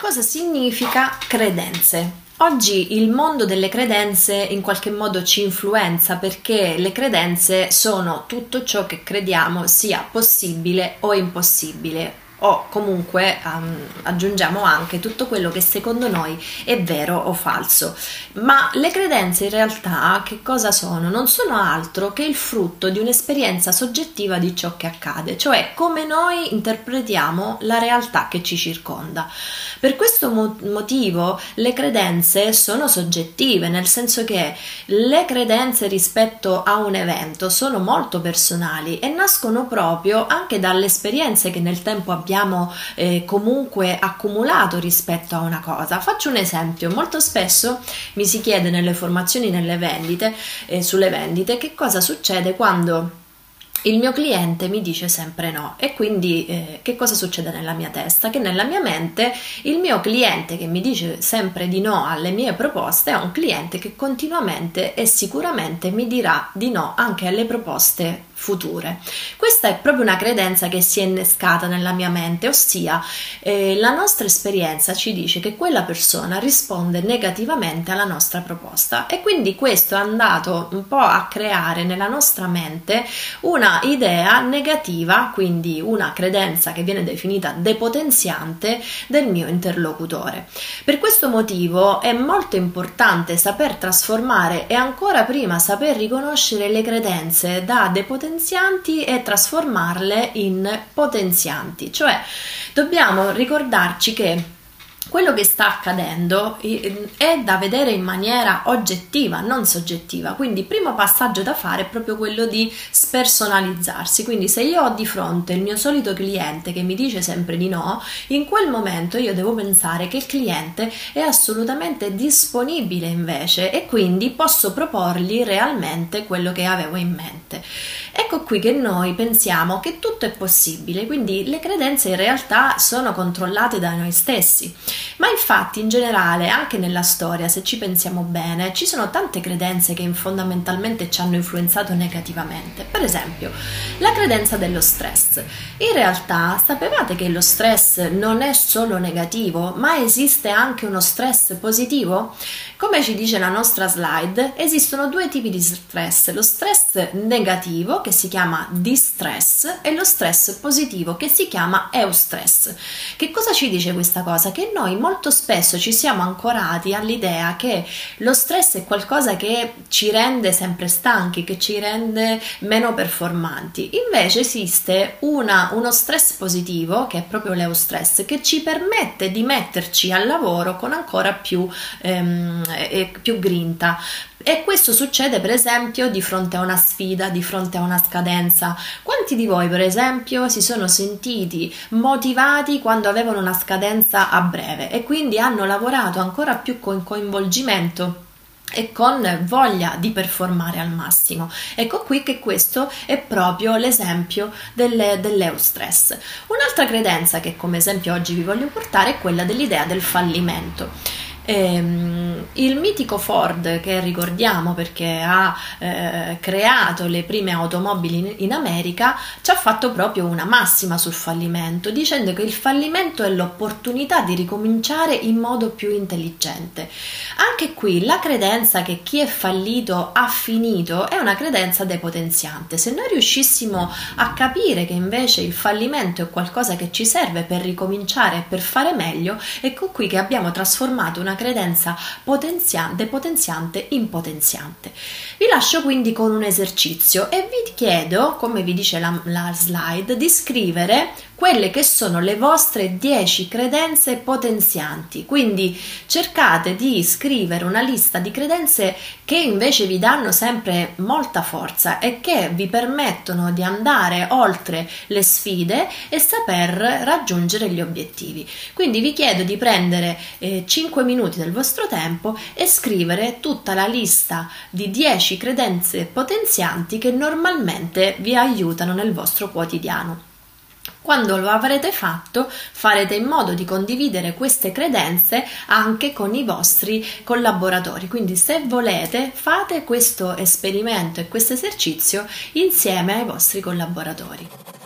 Cosa significa credenze? Oggi il mondo delle credenze in qualche modo ci influenza perché le credenze sono tutto ciò che crediamo sia possibile o impossibile. O comunque aggiungiamo anche tutto quello che secondo noi è vero o falso. Ma le credenze in realtà che cosa sono? Non sono altro che il frutto di un'esperienza soggettiva di ciò che accade, cioè come noi interpretiamo la realtà che ci circonda. Per questo motivo le credenze sono soggettive, nel senso che le credenze rispetto a un evento sono molto personali e nascono proprio anche dalle esperienze che nel tempo abbiamo comunque accumulato rispetto a una cosa. Faccio un esempio: molto spesso mi si chiede nelle formazioni sulle vendite che cosa succede quando il mio cliente mi dice sempre no, e quindi che cosa succede nella mia testa? Che nella mia mente il mio cliente che mi dice sempre di no alle mie proposte è un cliente che continuamente e sicuramente mi dirà di no anche alle proposte future. Questa è proprio una credenza che si è innescata nella mia mente, ossia la nostra esperienza ci dice che quella persona risponde negativamente alla nostra proposta, e quindi questo è andato un po' a creare nella nostra mente una idea negativa, quindi una credenza che viene definita depotenziante del mio interlocutore. Per questo motivo è molto importante saper trasformare e ancora prima saper riconoscere le credenze da depotenzianti e trasformarle in potenzianti, cioè dobbiamo ricordarci che quello che sta accadendo è da vedere in maniera oggettiva, non soggettiva. Quindi il primo passaggio da fare è proprio quello di spersonalizzarsi. Quindi se io ho di fronte il mio solito cliente che mi dice sempre di no, in quel momento io devo pensare che il cliente è assolutamente disponibile invece, e quindi posso proporgli realmente quello che avevo in mente. Ecco qui che noi pensiamo che tutto è possibile, quindi le credenze in realtà sono controllate da noi stessi. Ma infatti in generale anche nella storia, se ci pensiamo bene, ci sono tante credenze che fondamentalmente ci hanno influenzato negativamente. Per esempio la credenza dello stress. In realtà sapevate che lo stress non è solo negativo, ma esiste anche uno stress positivo? Come ci dice la nostra slide, esistono due tipi di stress: lo stress negativo che si chiama distress e lo stress positivo che si chiama eustress. Che cosa ci dice questa cosa? Che noi molto spesso ci siamo ancorati all'idea che lo stress è qualcosa che ci rende sempre stanchi, che ci rende meno performanti. Invece esiste uno stress positivo, che è proprio l'eustress, che ci permette di metterci al lavoro con ancora più grinta. E questo succede per esempio di fronte a una sfida, di fronte a una scadenza. Quanti di voi per esempio si sono sentiti motivati quando avevano una scadenza a breve e quindi hanno lavorato ancora più con coinvolgimento e con voglia di performare al massimo? Ecco qui che questo è proprio l'esempio dell'eustress. Un'altra credenza che come esempio oggi vi voglio portare è quella dell'idea del fallimento. Il mitico Ford, che ricordiamo perché ha creato le prime automobili in America, ci ha fatto proprio una massima sul fallimento, dicendo che il fallimento è l'opportunità di ricominciare in modo più intelligente. Anche qui la credenza che chi è fallito ha finito è una credenza depotenziante. Se noi riuscissimo a capire che invece il fallimento è qualcosa che ci serve per ricominciare e per fare meglio, ecco qui che abbiamo trasformato una credenza depotenziante in potenziante. Vi lascio quindi con un esercizio e vi chiedo, come vi dice la slide, di scrivere quelle che sono le vostre 10 credenze potenzianti. Quindi cercate di scrivere una lista di credenze che invece vi danno sempre molta forza e che vi permettono di andare oltre le sfide e saper raggiungere gli obiettivi. Quindi vi chiedo di prendere 5 minuti del vostro tempo e scrivere tutta la lista di 10 credenze potenzianti che normalmente vi aiutano nel vostro quotidiano. Quando lo avrete fatto, farete in modo di condividere queste credenze anche con i vostri collaboratori. Quindi se volete, fate questo esperimento e questo esercizio insieme ai vostri collaboratori.